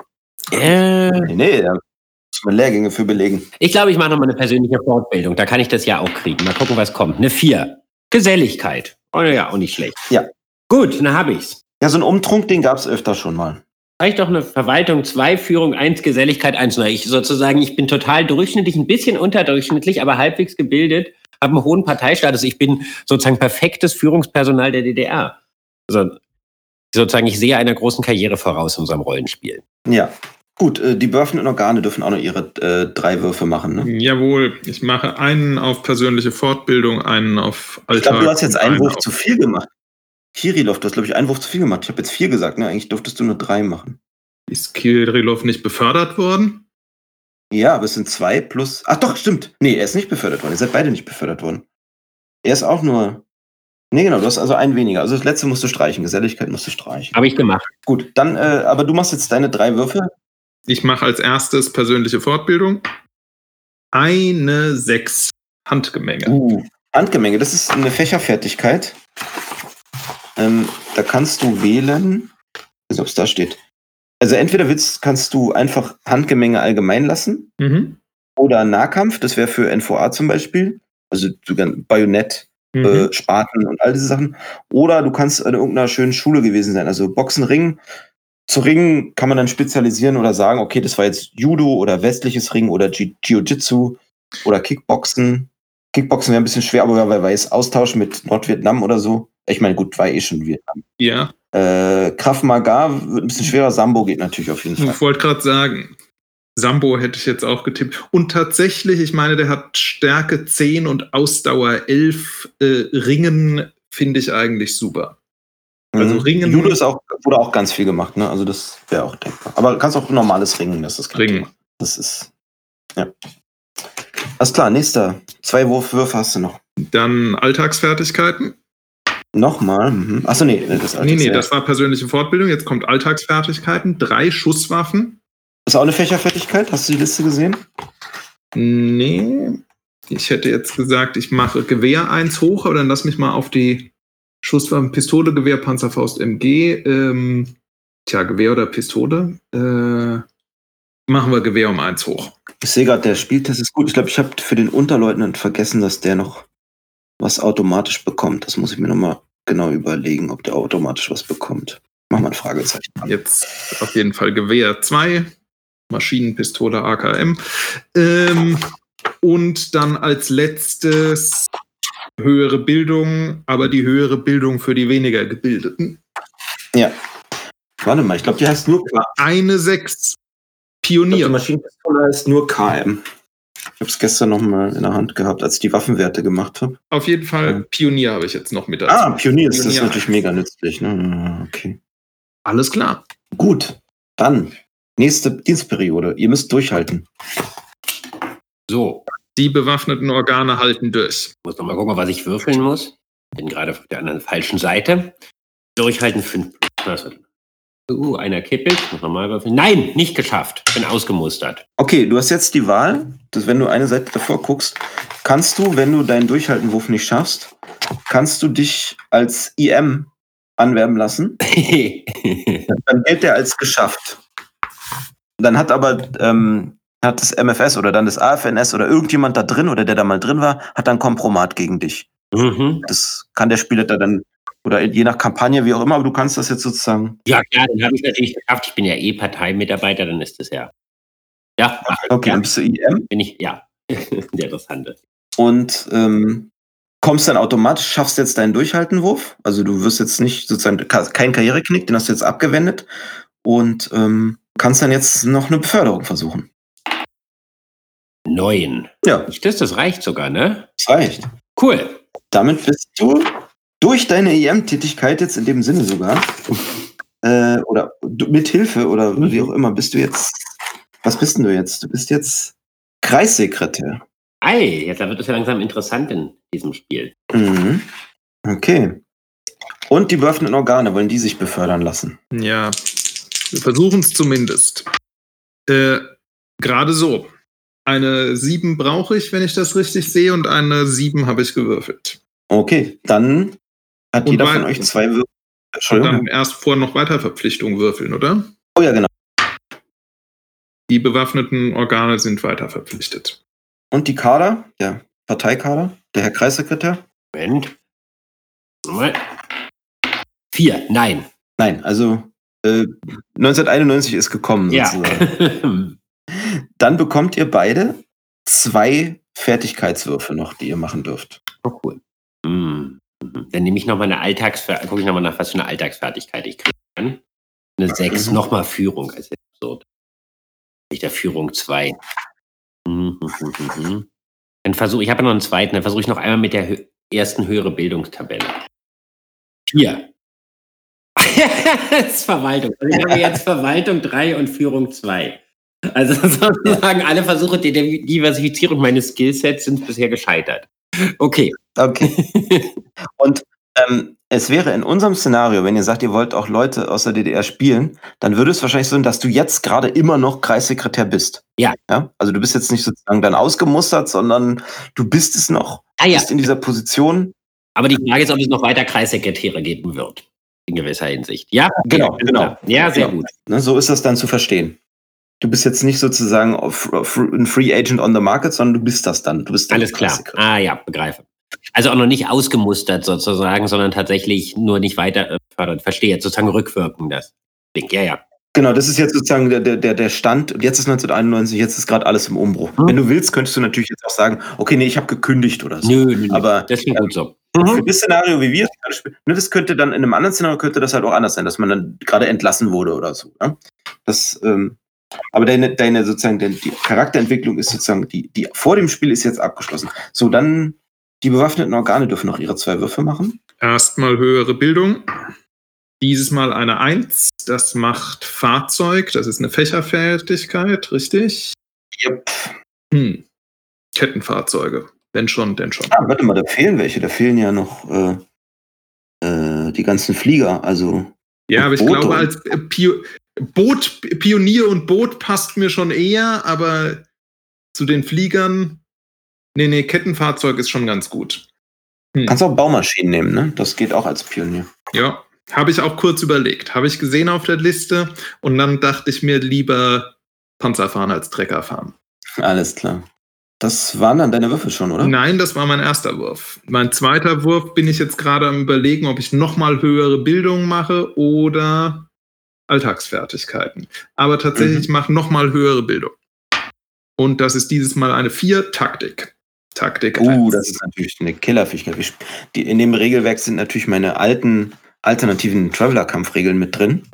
äh, Nee, nee, da muss man Lehrgänge für belegen. ich glaube, ich mache nochmal eine persönliche Fortbildung. Da kann ich das ja auch kriegen. Mal gucken, was kommt. Eine vier. Geselligkeit. Oh ja, auch nicht schlecht. Ja. Gut, dann habe ich's. Ja, so einen Umtrunk, den gab es öfter schon mal. Reicht doch eine Verwaltung zwei, Führung eins, Geselligkeit eins. Na, ich sozusagen, ich bin total durchschnittlich, ein bisschen unterdurchschnittlich, aber halbwegs gebildet, habe einen hohen Parteistatus. Ich bin sozusagen perfektes Führungspersonal der D D R. Also sozusagen, ich sehe einer großen Karriere voraus in unserem Rollenspiel. Ja. Gut, äh, die bewaffneten Organe dürfen auch noch ihre äh, drei Würfe machen. Ne? Jawohl, ich mache einen auf persönliche Fortbildung, einen auf Alltag. Ich glaube, du hast jetzt und einen einen Wurf auf- zu viel gemacht. Kirilov, du hast, glaube ich, einen Wurf zu viel gemacht. Ich habe jetzt vier gesagt, ne? Eigentlich durftest du nur drei machen. Ist Kirilov nicht befördert worden? Ja, aber es sind zwei plus. Ach doch, stimmt. Nee, er ist nicht befördert worden. Ihr seid beide nicht befördert worden. Er ist auch nur. Nee, genau, du hast also einen weniger. Also das letzte musst du streichen. Geselligkeit musst du streichen. Habe ich gemacht. Gut, dann, äh, aber du machst jetzt deine drei Würfe. Ich mache als erstes persönliche Fortbildung. Eine sechs. Handgemenge. Uh, Handgemenge, das ist eine Fächerfertigkeit. Ähm, da kannst du wählen. Ich weiß nicht, ob es da steht. Also entweder willst, kannst du einfach Handgemenge allgemein lassen Mhm. oder Nahkampf, das wäre für N V A zum Beispiel. Also sogar Bajonett, Mhm. äh, Spaten und all diese Sachen. Oder du kannst an irgendeiner schönen Schule gewesen sein. Also Boxen, Ringen. Zu Ringen kann man dann spezialisieren oder sagen, okay, das war jetzt Judo oder westliches Ringen oder Ji- Jiu-Jitsu oder Kickboxen. Kickboxen wäre ein bisschen schwer, aber wer weiß, Austausch mit Nordvietnam oder so. Ich meine, gut, war eh schon Vietnam. Ja, Äh, Krav Maga wird ein bisschen schwerer. Sambo geht natürlich auf jeden Fall. ich wollte gerade sagen, Sambo hätte ich jetzt auch getippt. Und tatsächlich, ich meine, der hat Stärke zehn und Ausdauer elf. Äh, Ringen finde ich eigentlich super. Also Mhm. Ringen- Judo ist auch, wurde auch ganz viel gemacht, ne? Also das wäre auch denkbar. Aber du kannst auch normales Ringen, das ist kein Ringen. Thema. Das ist. Ja. Alles klar, nächster. Zwei Wurf- Würfe hast du noch. Dann Alltagsfertigkeiten. Nochmal. Mhm. Achso, nee, das Nee, nee, ja. das war persönliche Fortbildung. Jetzt kommt Alltagsfertigkeiten. Drei Schusswaffen. ist auch eine Fächerfertigkeit. Hast du die Liste gesehen? Nee. Ich hätte jetzt gesagt, ich mache Gewehr eins hoch, aber dann lass mich mal auf die Schusswaffen, Pistole, Gewehr, Panzerfaust, M G. Ähm, tja, Gewehr oder Pistole. Äh, machen wir Gewehr um eins hoch. Ich sehe gerade, der Spieltest ist gut. Ich glaube, ich habe für den Unterleutnant vergessen, dass der noch was automatisch bekommt. Das muss ich mir nochmal genau überlegen, ob der automatisch was bekommt. Mach mal ein Fragezeichen. Jetzt auf jeden Fall Gewehr zwei, Maschinenpistole A K M. Ähm, und dann als letztes höhere Bildung, aber die höhere Bildung für die weniger Gebildeten. Ja. Warte mal, ich glaube, die heißt nur K. Eine sechs. Die Pionier. Maschinenpistole heißt nur K M. Ich habe es gestern noch mal in der Hand gehabt, als ich die Waffenwerte gemacht habe. Auf jeden Fall Pionier habe ich jetzt noch mit dazu. Ah, Pionier ist das Pionier. natürlich mega nützlich. Ne? Okay. Alles klar. Gut, dann nächste Dienstperiode. Ihr müsst durchhalten. So, Die bewaffneten Organe halten durch. muss noch mal gucken, was ich würfeln muss. Bin gerade auf der anderen falschen Seite. Durchhalten fünf. Uh, einer kippelt. Muss nochmal würfeln. Nein, nicht geschafft. Bin ausgemustert. Okay, du hast jetzt die Wahl, dass wenn du eine Seite davor guckst, kannst du, wenn du deinen Durchhaltenwurf nicht schaffst, kannst du dich als I M anwerben lassen. Dann gilt der als geschafft. Dann hat aber ähm, hat das M F S oder dann das A F N S oder irgendjemand da drin oder der da mal drin war, hat dann Kompromat gegen dich. Mhm. Das kann der Spielleiter dann, oder je nach Kampagne, wie auch immer, aber du kannst das jetzt sozusagen. Ja, klar, dann habe ich natürlich geschafft. Ich bin ja eh Parteimitarbeiter, dann ist das ja. Ja, Okay, ja, dann bist du I M bin ich, ja. Der Interessante. und ähm, kommst dann automatisch, schaffst jetzt deinen Durchhaltenwurf. Also du wirst jetzt nicht sozusagen kein Karriereknick, den hast du jetzt abgewendet und ähm, kannst dann jetzt noch eine Beförderung versuchen. Neun. Ja, Nicht das, das reicht sogar, ne? das reicht. Cool. Damit bist du durch deine I M-Tätigkeit jetzt in dem Sinne sogar, äh, oder du- mit Hilfe oder wie auch immer, bist du jetzt, was bist denn du jetzt? Du bist jetzt Kreissekretär. Ei, jetzt wird es ja langsam interessant in diesem Spiel. Mhm. Okay. Und die bewaffneten Organe, wollen die sich befördern lassen? Ja, wir versuchen es zumindest. Äh, Gerade so. Eine sieben brauche ich, wenn ich das richtig sehe, und eine sieben habe ich gewürfelt. Okay, dann hat Und jeder weil- von euch zwei Würfel. Und Entschuldigung. dann erst vor noch weiter Verpflichtungen würfeln, oder? Oh ja, genau. Die bewaffneten Organe sind weiter verpflichtet. Und die Kader, der Parteikader, der Herr Kreissekretär? Moment. Moment. Vier, nein. Nein, also äh, neunzehnhunderteinundneunzig ist gekommen Ja. sozusagen. Dann bekommt ihr beide zwei Fertigkeitswürfe noch, die ihr machen dürft. Oh, cool. Mm. Mhm. Dann nehme ich nochmal eine Alltagsfertigkeit. Gucke ich nochmal nach, was für eine Alltagsfertigkeit ich kriege. Eine sechs, Mhm. nochmal Führung. Das ist absurd. Ich der Führung zwei. Mhm, mhm, mhm. Dann versuche ich, habe ja noch einen zweiten, dann versuche ich noch einmal mit der hö ersten höhere Bildungstabelle. Vier. Das ist Verwaltung. Also ich habe jetzt Verwaltung drei und Führung zwei. Also sozusagen alle Versuche der Diversifizierung meines Skillsets sind bisher gescheitert. Okay. Okay. Und ähm, es wäre in unserem Szenario, wenn ihr sagt, ihr wollt auch Leute aus der D D R spielen, dann würde es wahrscheinlich so sein, dass du jetzt gerade immer noch Kreissekretär bist. Ja. Ja. Also du bist jetzt nicht sozusagen dann ausgemustert, sondern du bist es noch, Ah ja. bist in dieser Position. Aber die Frage ist, ob es noch weiter Kreissekretäre geben wird. In gewisser Hinsicht. Ja, Genau, okay, genau. klar. Ja, sehr Genau. gut. Ne, so ist das dann zu verstehen. Du bist jetzt nicht sozusagen auf, auf ein Free Agent on the Market, sondern du bist das dann. Du bist dann Alles klar. Kreissekretär. Ah ja, begreife. Also auch noch nicht ausgemustert sozusagen, sondern tatsächlich nur nicht weiter äh, fördern. Verstehe jetzt sozusagen rückwirkend das Ding. Ja, ja. Genau, das ist jetzt sozusagen der, der, der Stand. Und jetzt ist neunzehnhunderteinundneunzig, jetzt ist gerade alles im Umbruch. Hm. Wenn du willst, könntest du natürlich jetzt auch sagen, okay, nee, ich habe gekündigt oder so. Nö, nö, nö. Aber Das klingt gut so. für das Szenario, wie wir es gerade spielen, ne, das könnte dann in einem anderen Szenario könnte das halt auch anders sein, dass man dann gerade entlassen wurde oder so. Ne? Das, ähm, aber deine, deine sozusagen, deine, die Charakterentwicklung ist sozusagen, die, die vor dem Spiel ist jetzt abgeschlossen. So, dann die bewaffneten Organe dürfen noch ihre zwei Würfe machen. Erstmal höhere Bildung. Dieses Mal eine eins. Das macht Fahrzeug. Das ist eine Fächerfertigkeit, richtig? Yep. Hm. Kettenfahrzeuge. Wenn schon, denn schon. Ah, warte mal, da fehlen welche. Da fehlen ja noch äh, äh, die ganzen Flieger. Also Ja, aber ich Boote glaube, und- als äh, Pio Boot, Pionier und Boot passt mir schon eher, aber zu den Fliegern, nee, nee, Kettenfahrzeug ist schon ganz gut. Hm. kannst auch Baumaschinen nehmen, ne? Das geht auch als Pionier. Ja, habe ich auch kurz überlegt. Habe ich gesehen auf der Liste und dann dachte ich mir lieber Panzer fahren als Trecker fahren. Alles klar. Das waren dann deine Würfel schon, oder? Nein, das war mein erster Wurf. Mein zweiter Wurf bin ich jetzt gerade am Überlegen, ob ich nochmal höhere Bildung mache oder Alltagsfertigkeiten. Aber tatsächlich, Mhm. ich mache nochmal höhere Bildung. Und das ist dieses Mal eine vier Taktik. Taktik Uh, eins. das ist natürlich eine Killerfähigkeit. Wir sp- Die, in dem Regelwerk sind natürlich meine alten alternativen Traveler-Kampfregeln mit drin.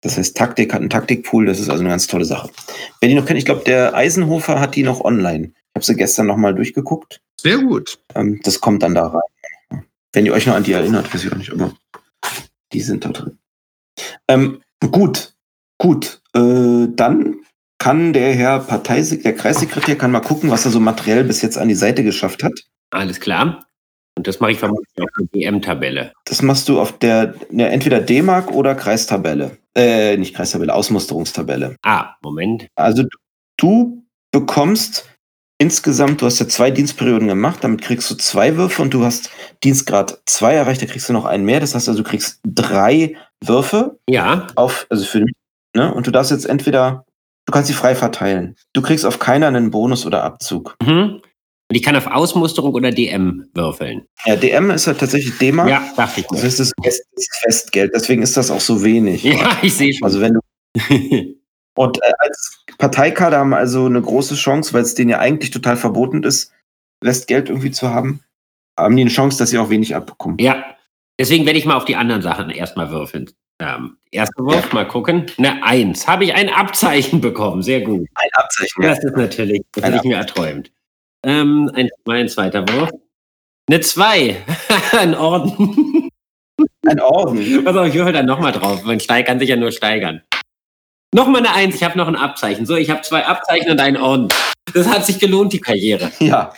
Das heißt, Taktik hat einen Taktikpool, das ist also eine ganz tolle Sache. Wer die noch kennt, ich glaube, der Eisenhofer hat die noch online. Ich habe sie gestern nochmal durchgeguckt. Sehr gut. Ähm, das kommt dann da rein. Wenn ihr euch noch an die erinnert, weiß ich auch nicht, aber die sind da drin. Ähm, gut, gut. Äh, dann kann der Herr Parteisek, der Kreissekretär, kann mal gucken, was er so materiell bis jetzt an die Seite geschafft hat. Alles klar. Und das mache ich vermutlich auf der D M-Tabelle. Das machst du auf der, ja, entweder D-Mark oder Kreistabelle. Äh, nicht Kreistabelle, Ausmusterungstabelle. Ah, Moment. Also du bekommst insgesamt, du hast ja zwei Dienstperioden gemacht, damit kriegst du zwei Würfe und du hast Dienstgrad zwei erreicht, da kriegst du noch einen mehr. Das heißt also, du kriegst drei Würfe Ja. auf, also für mich, ne? Und du darfst jetzt entweder, du kannst sie frei verteilen. Du kriegst auf keiner einen Bonus oder Abzug. Mhm. Und ich kann auf Ausmusterung oder D M würfeln. Ja, D M ist halt tatsächlich D-Mark. Ja, dachte ich. Das heißt, das ist Festgeld, deswegen ist das auch so wenig. Ja, ich sehe schon. Also wenn du und äh, als Parteikader haben also eine große Chance, weil es denen ja eigentlich total verboten ist, Restgeld irgendwie zu haben, haben die eine Chance, dass sie auch wenig abbekommen. Ja, deswegen werde ich mal auf die anderen Sachen erstmal würfeln. Ähm, erster Wurf, Ja. mal gucken. Eine Eins. Habe ich ein Abzeichen bekommen. Sehr gut. Ein Abzeichen. Ja. Das ist natürlich, das Ein hätte ich mir erträumt. Ähm, ein, mein zweiter Wurf. Eine Zwei. Ein Orden. Ein Orden. Pass auf, ich würfel dann nochmal drauf. Man steig, kann sich ja nur steigern. Nochmal eine Eins. Ich habe noch ein Abzeichen. So, ich habe zwei Abzeichen und einen Orden. Das hat sich gelohnt, die Karriere. Ja.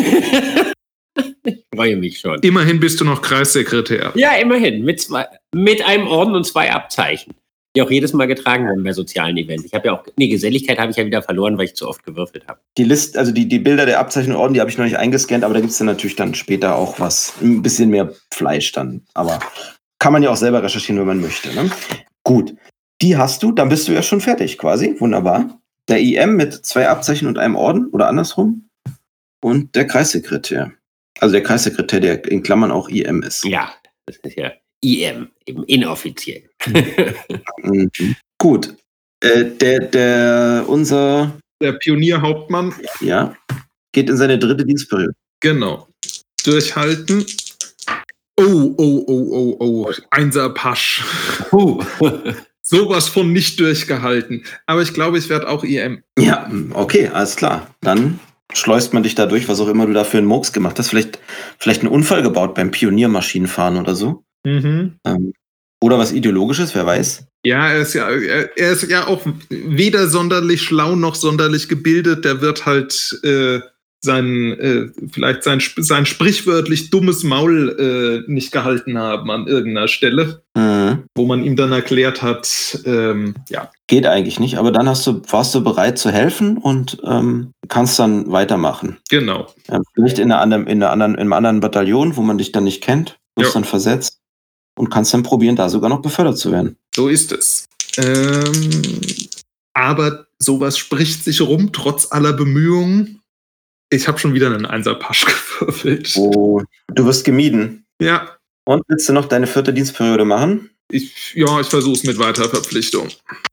Ich freue mich schon. Immerhin bist du noch Kreissekretär. Ja, immerhin. Mit, zwei, mit einem Orden und zwei Abzeichen. Die auch jedes Mal getragen werden bei sozialen Events. Ich habe ja auch, nee, Geselligkeit habe ich ja wieder verloren, weil ich zu oft gewürfelt habe. Die List, also die, die Bilder der Abzeichen und Orden, die habe ich noch nicht eingescannt, aber da gibt es dann natürlich dann später auch was, ein bisschen mehr Fleisch dann. Aber kann man ja auch selber recherchieren, wenn man möchte. Ne? Gut, die hast du, dann bist du ja schon fertig quasi. Wunderbar. Der I M mit zwei Abzeichen und einem Orden oder andersrum. Und der Kreissekretär. Also der Kreissekretär, der in Klammern auch I M ist. Ja, das ist ja I M, eben inoffiziell. Mhm. Gut. Äh, der, der, unser, Der Pionierhauptmann. ja, geht in seine dritte Dienstperiode. Genau. Durchhalten. Oh, oh, oh, oh, oh. Einser Pasch. Puh. Sowas von nicht durchgehalten. Aber ich glaube, ich werde auch I M. Ja, okay, alles klar. Dann schleust man dich da durch, was auch immer du da für einen Murks gemacht hast. Vielleicht, vielleicht einen Unfall gebaut beim Pioniermaschinenfahren oder so. Mhm. Ähm, oder was Ideologisches, wer weiß. Ja, er ist ja, er, er ist ja auch weder sonderlich schlau noch sonderlich gebildet. Der wird halt äh, sein, äh, vielleicht sein, sein sprichwörtlich dummes Maul äh, nicht gehalten haben an irgendeiner Stelle, Mhm. wo man ihm dann erklärt hat, ähm, ja. Geht eigentlich nicht, aber dann hast du, warst du bereit zu helfen und ähm, kannst dann weitermachen. Genau. Ja, vielleicht in, einer anderen, in, einer anderen, in einem anderen Bataillon, wo man dich dann nicht kennt, wirst Ja. dann versetzt und kannst dann probieren, da sogar noch befördert zu werden. So ist es. Ähm, aber sowas spricht sich rum, trotz aller Bemühungen. Ich habe schon wieder einen Einser-Pasch gewürfelt. Oh, du wirst gemieden. Ja, Und willst du noch deine vierte Dienstperiode machen? ich, ja, ich versuche es mit weiter Verpflichtung.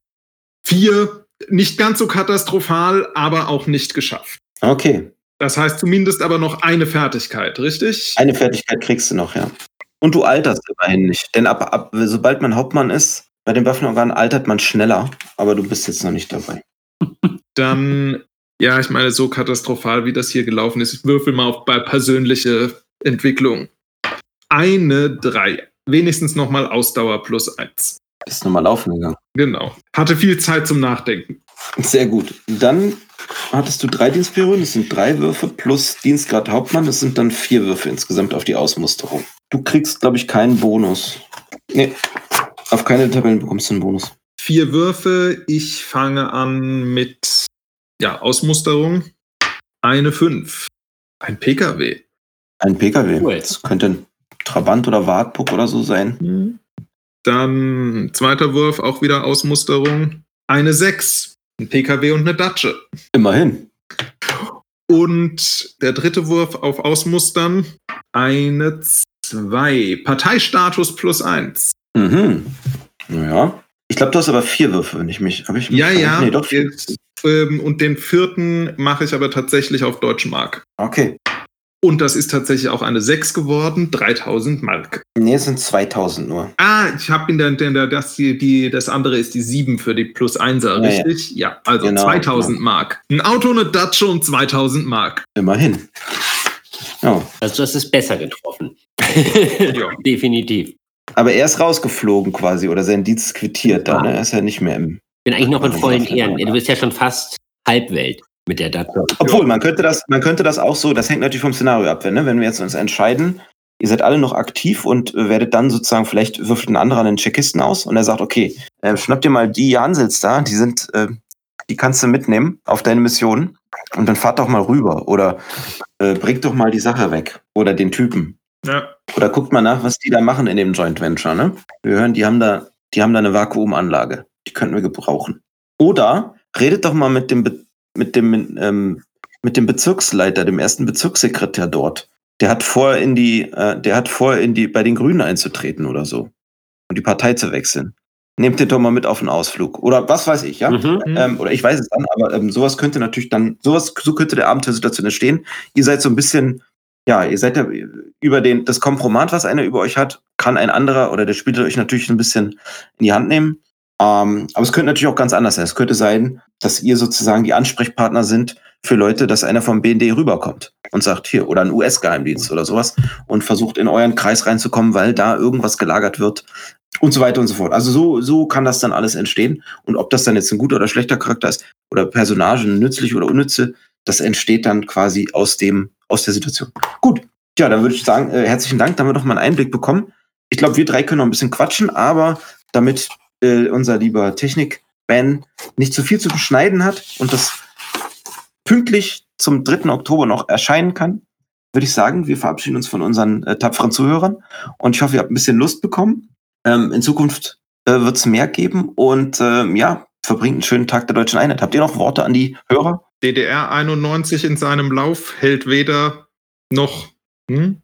Vier, nicht ganz so katastrophal, aber auch nicht geschafft. Okay. Das heißt zumindest aber noch eine Fertigkeit, richtig? Eine Fertigkeit kriegst du noch, ja. Und du alterst immerhin nicht. Denn ab, ab, sobald man Hauptmann ist, bei den Waffenorganen altert man schneller, aber du bist jetzt noch nicht dabei. Dann, ja, ich meine, so katastrophal, wie das hier gelaufen ist, ich würfel mal auf bei persönliche Entwicklung. Eine drei. Wenigstens nochmal Ausdauer plus eins. Bist nochmal laufen gegangen. Genau. Hatte viel Zeit zum Nachdenken. Sehr gut. Dann hattest du drei Dienstperioden, das sind drei Würfe plus Dienstgrad Hauptmann, das sind dann vier Würfe insgesamt auf die Ausmusterung. Du kriegst, glaube ich, keinen Bonus. Nee, auf keine Tabellen bekommst du einen Bonus. Vier Würfe. Ich fange an mit, ja, Ausmusterung. Eine fünf. Ein P K W. Ein P K W. Cool. Das könnte ein Trabant oder Wartburg oder so sein. Dann zweiter Wurf, auch wieder Ausmusterung. Eine sechs. Ein P K W und eine Datsche. Immerhin. Und der dritte Wurf auf Ausmustern. Eine zwei. Parteistatus plus eins. Mhm. Naja. Ich glaube, du hast aber vier Würfe, wenn ich mich. Hab ich mich Ja, ja. Nee, doch vier. Ähm, und den vierten mache ich aber tatsächlich auf Deutschen Mark. Okay. Und das ist tatsächlich auch eine sechs geworden, dreitausend Mark. Nee, es sind zweitausend nur. Ah, ich habe in der, in der das, die, die, das andere ist die sieben für die Plus Einser, Ja, richtig? Ja, ja also genau, zweitausend genau. Mark. Ein Auto, eine Datsche und zweitausend Mark. Immerhin. Ja. Also das ist besser getroffen. Ja. Definitiv. Aber er ist rausgeflogen quasi oder sein Dienst quittiert dann. Ne? Er ist ja nicht mehr im. Ich bin eigentlich noch in vollen Ja. Ehren. Du bist ja schon fast Halbwelt mit der Datei. Obwohl, man könnte das, man könnte das auch so, das hängt natürlich vom Szenario ab, wenn, ne? Wenn wir jetzt uns entscheiden, ihr seid alle noch aktiv und äh, werdet dann sozusagen, vielleicht würfelt ein anderer einen Tschechisten aus und er sagt, okay, äh, schnapp dir mal die Hansels da, die sind, äh, die kannst du mitnehmen auf deine Mission und dann fahrt doch mal rüber oder äh, bringt doch mal die Sache weg oder den Typen. Ja. Oder guckt mal nach, was die da machen in dem Joint Venture, ne? Wir hören, die haben da, die haben da eine Vakuumanlage. Die könnten wir gebrauchen. Oder redet doch mal mit dem, Be- mit dem, ähm, mit dem Bezirksleiter, dem ersten Bezirkssekretär dort. Der hat vor, in die, äh, der hat vor, in die, bei den Grünen einzutreten oder so. Und die Partei zu wechseln. Nehmt den doch mal mit auf einen Ausflug. Oder was weiß ich, ja? Mhm. Ähm, oder ich weiß es dann, aber ähm, sowas könnte natürlich dann, sowas, so könnte der Abenteuersituation entstehen. Ihr seid so ein bisschen, ja, ihr seid ja über den, das Kompromat, was einer über euch hat, kann ein anderer oder der Spieler euch natürlich ein bisschen in die Hand nehmen. Ähm, aber es könnte natürlich auch ganz anders sein. Es könnte sein, dass ihr sozusagen die Ansprechpartner sind für Leute, dass einer vom B N D rüberkommt und sagt, hier, oder ein U S-Geheimdienst oder sowas und versucht in euren Kreis reinzukommen, weil da irgendwas gelagert wird und so weiter und so fort. Also so, so kann das dann alles entstehen. Und ob das dann jetzt ein guter oder schlechter Charakter ist oder Personagen, nützlich oder unnütze, das entsteht dann quasi aus dem, aus der Situation. Gut, ja, dann würde ich sagen, äh, herzlichen Dank, da haben wir doch mal einen Einblick bekommen. Ich glaube, wir drei können noch ein bisschen quatschen, aber damit äh, unser lieber Technik-Ben nicht zu viel zu beschneiden hat und das pünktlich zum dritten Oktober noch erscheinen kann, würde ich sagen, wir verabschieden uns von unseren äh, tapferen Zuhörern und ich hoffe, ihr habt ein bisschen Lust bekommen. Ähm, in Zukunft äh, wird es mehr geben und ähm, ja, verbringt einen schönen Tag der Deutschen Einheit. Habt ihr noch Worte an die Hörer? D D R einundneunzig in seinem Lauf hält weder noch hm?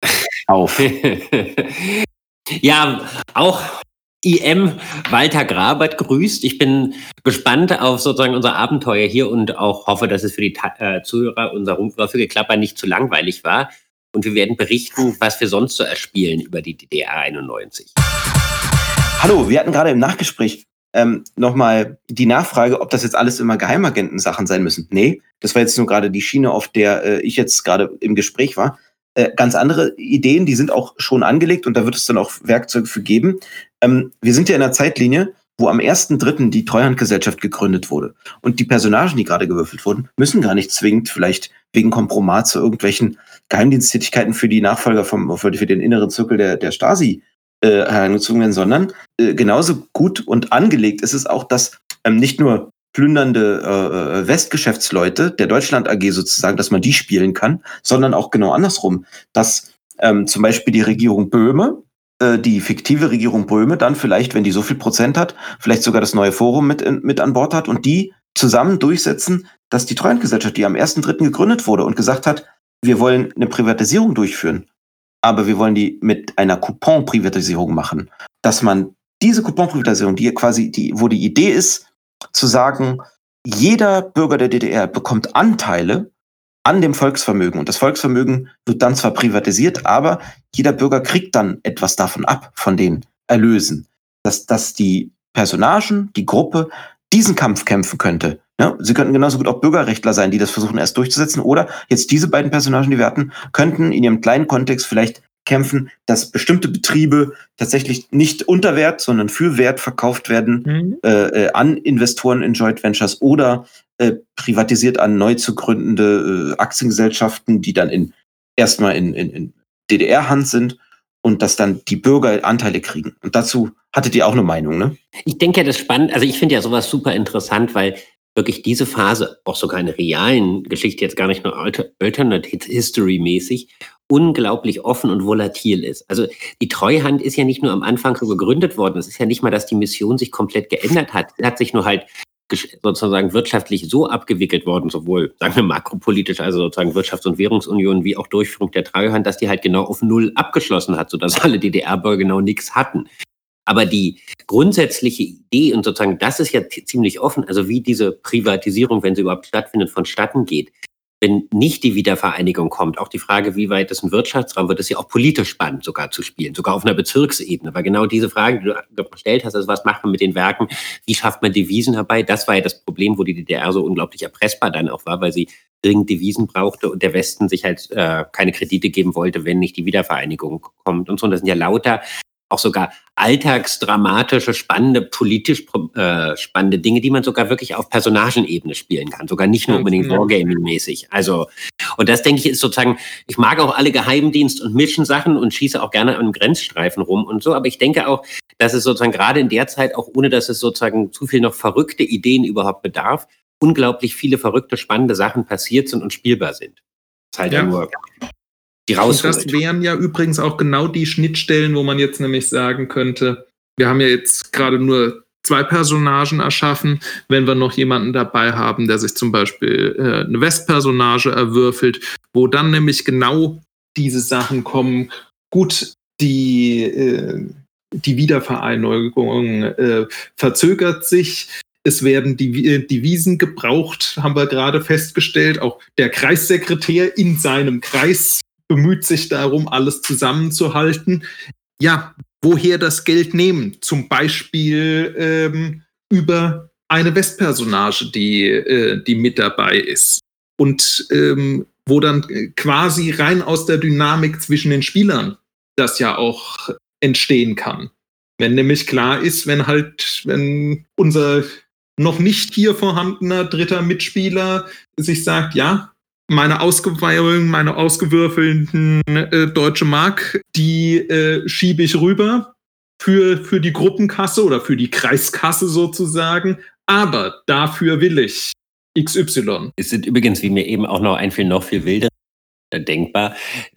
Auf. Ja, auch I M Walter Grabert grüßt. Ich bin gespannt auf sozusagen unser Abenteuer hier und auch hoffe, dass es für die Ta- äh, Zuhörer unser Rumpfgeklapper nicht zu langweilig war. Und wir werden berichten, was wir sonst so erspielen über die D D R einundneunzig. Hallo, wir hatten gerade im Nachgespräch ähm, nochmal die Nachfrage, ob das jetzt alles immer Geheimagentensachen sein müssen. Nee, das war jetzt nur gerade die Schiene, auf der äh, ich jetzt gerade im Gespräch war. Äh, ganz andere Ideen, die sind auch schon angelegt und da wird es dann auch Werkzeuge für geben. Ähm, wir sind ja in einer Zeitlinie, wo am ersten dritten die Treuhandgesellschaft gegründet wurde. Und die Personagen, die gerade gewürfelt wurden, müssen gar nicht zwingend vielleicht wegen Kompromat zu irgendwelchen Geheimdiensttätigkeiten für die Nachfolger vom, für den inneren Zirkel der, der Stasi äh, herangezogen werden, sondern äh, genauso gut und angelegt ist es auch, dass ähm, nicht nur plündernde äh, Westgeschäftsleute der Deutschland A G sozusagen, dass man die spielen kann, sondern auch genau andersrum, dass ähm, zum Beispiel die Regierung Böhme, äh, die fiktive Regierung Böhme dann vielleicht, wenn die so viel Prozent hat, vielleicht sogar das neue Forum mit, in, mit an Bord hat und die zusammen durchsetzen, dass die Treuhandgesellschaft, die am ersten dritten gegründet wurde und gesagt hat, wir wollen eine Privatisierung durchführen, aber wir wollen die mit einer Coupon-Privatisierung machen, dass man diese Coupon-Privatisierung, die quasi, die, wo die Idee ist, zu sagen, jeder Bürger der D D R bekommt Anteile an dem Volksvermögen. Und das Volksvermögen wird dann zwar privatisiert, aber jeder Bürger kriegt dann etwas davon ab, von den Erlösen. Dass, dass die Personagen, die Gruppe, diesen Kampf kämpfen könnte. Ja, sie könnten genauso gut auch Bürgerrechtler sein, die das versuchen erst durchzusetzen. Oder jetzt diese beiden Personagen, die wir hatten, könnten in ihrem kleinen Kontext vielleicht kämpfen, dass bestimmte Betriebe tatsächlich nicht unter Wert, sondern für Wert verkauft werden mhm. äh, an Investoren in Joint Ventures oder äh, privatisiert an neu zu gründende äh, Aktiengesellschaften, die dann in erstmal in, in, in D D R-Hand sind und dass dann die Bürger Anteile kriegen. Und dazu hattet ihr auch eine Meinung, ne? Ich denke ja, das ist spannend. Also ich finde ja sowas super interessant, weil wirklich diese Phase, auch sogar in der realen Geschichte, jetzt gar nicht nur Alter, Alternate History mäßig, unglaublich offen und volatil ist. Also die Treuhand ist ja nicht nur am Anfang so gegründet worden. Es ist ja nicht mal, dass die Mission sich komplett geändert hat. Sie hat sich nur halt sozusagen wirtschaftlich so abgewickelt worden, sowohl, sagen wir, makropolitisch, also sozusagen Wirtschafts- und Währungsunion, wie auch Durchführung der Treuhand, dass die halt genau auf Null abgeschlossen hat, sodass alle D D R-Bürger genau nichts hatten. Aber die grundsätzliche Idee, und sozusagen das ist ja t- ziemlich offen, also wie diese Privatisierung, wenn sie überhaupt stattfindet, vonstatten geht, wenn nicht die Wiedervereinigung kommt, auch die Frage, wie weit ist ein Wirtschaftsraum, wird es ja auch politisch spannend sogar zu spielen, sogar auf einer Bezirksebene. Weil genau diese Frage, die du gestellt hast, also was macht man mit den Werken, wie schafft man Devisen herbei, das war ja das Problem, wo die D D R so unglaublich erpressbar dann auch war, weil sie dringend Devisen brauchte und der Westen sich halt äh, keine Kredite geben wollte, wenn nicht die Wiedervereinigung kommt und so. Und das sind ja lauter auch sogar alltagsdramatische, spannende, politisch äh, spannende Dinge, die man sogar wirklich auf Personagenebene spielen kann. Sogar nicht nur unbedingt Wargaming-mäßig. Also, und das, denke ich, ist sozusagen, ich mag auch alle Geheimdienst- und Mission-Sachen und schieße auch gerne an Grenzstreifen rum und so, aber ich denke auch, dass es sozusagen gerade in der Zeit, auch ohne dass es sozusagen zu viel noch verrückte Ideen überhaupt bedarf, unglaublich viele verrückte, spannende Sachen passiert sind und spielbar sind. Das ist halt ja nur die rausholt. Und das wären ja übrigens auch genau die Schnittstellen, wo man jetzt nämlich sagen könnte, wir haben ja jetzt gerade nur zwei Personagen erschaffen, wenn wir noch jemanden dabei haben, der sich zum Beispiel äh, eine Westpersonage erwürfelt, wo dann nämlich genau diese Sachen kommen, gut, die, äh, die Wiedervereinigung äh, verzögert sich, es werden die Devisen gebraucht, haben wir gerade festgestellt, auch der Kreissekretär in seinem Kreis bemüht sich darum, alles zusammenzuhalten. Ja, woher das Geld nehmen? Zum Beispiel ähm, über eine Westpersonage, die, äh, die mit dabei ist. Und ähm, wo dann quasi rein aus der Dynamik zwischen den Spielern das ja auch entstehen kann. Wenn nämlich klar ist, wenn halt, wenn unser noch nicht hier vorhandener dritter Mitspieler sich sagt, ja, meine ausgewählten, meine ausgewürfelten äh, deutsche Mark, die äh, schiebe ich rüber für, für die Gruppenkasse oder für die Kreiskasse sozusagen. Aber dafür will ich X Y. Es sind übrigens, wie mir eben auch noch einfiel, noch viel wilder denkbar.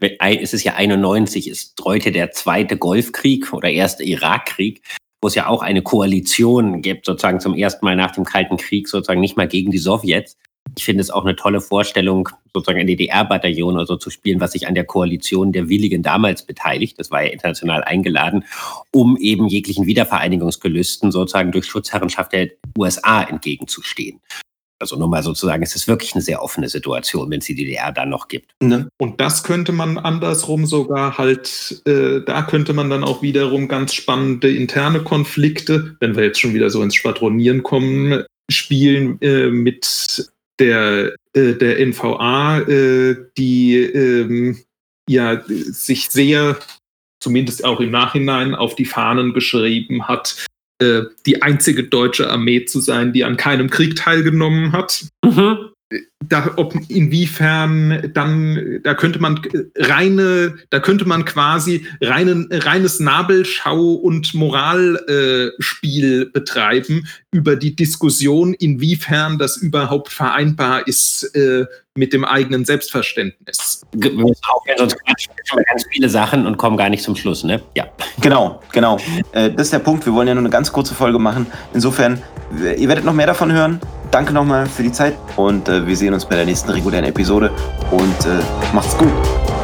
Es ist ja einundneunzig, es dreute der zweite Golfkrieg oder erste Irakkrieg, wo es ja auch eine Koalition gibt, sozusagen zum ersten Mal nach dem Kalten Krieg, sozusagen nicht mal gegen die Sowjets. Ich finde es auch eine tolle Vorstellung, sozusagen ein D D R-Bataillon oder so zu spielen, was sich an der Koalition der Willigen damals beteiligt. Das war ja international eingeladen, um eben jeglichen Wiedervereinigungsgelüsten sozusagen durch Schutzherrenschaft der U S A entgegenzustehen. Also nur mal sozusagen, es ist wirklich eine sehr offene Situation, wenn es die D D R dann noch gibt. Ne? Und das könnte man andersrum sogar halt, äh, da könnte man dann auch wiederum ganz spannende interne Konflikte, wenn wir jetzt schon wieder so ins Schwadronieren kommen, spielen äh, mit der, äh, der N V A, äh, die ähm, ja sich sehr, zumindest auch im Nachhinein, auf die Fahnen geschrieben hat, äh, die einzige deutsche Armee zu sein, die an keinem Krieg teilgenommen hat. Mhm. Da, ob inwiefern dann, da könnte man reine, da könnte man quasi reine, reines Nabelschau- und Moralspiel äh, betreiben über die Diskussion, inwiefern das überhaupt vereinbar ist äh, mit dem eigenen Selbstverständnis. Wir müssen aufhören, sonst quatschen wir ganz viele Sachen und kommen gar nicht zum Schluss, ne? Ja. Genau, genau. Äh, das ist der Punkt. Wir wollen ja nur eine ganz kurze Folge machen. Insofern, ihr werdet noch mehr davon hören. Danke nochmal für die Zeit und äh, wir sehen uns bei der nächsten regulären Episode und äh, macht's gut.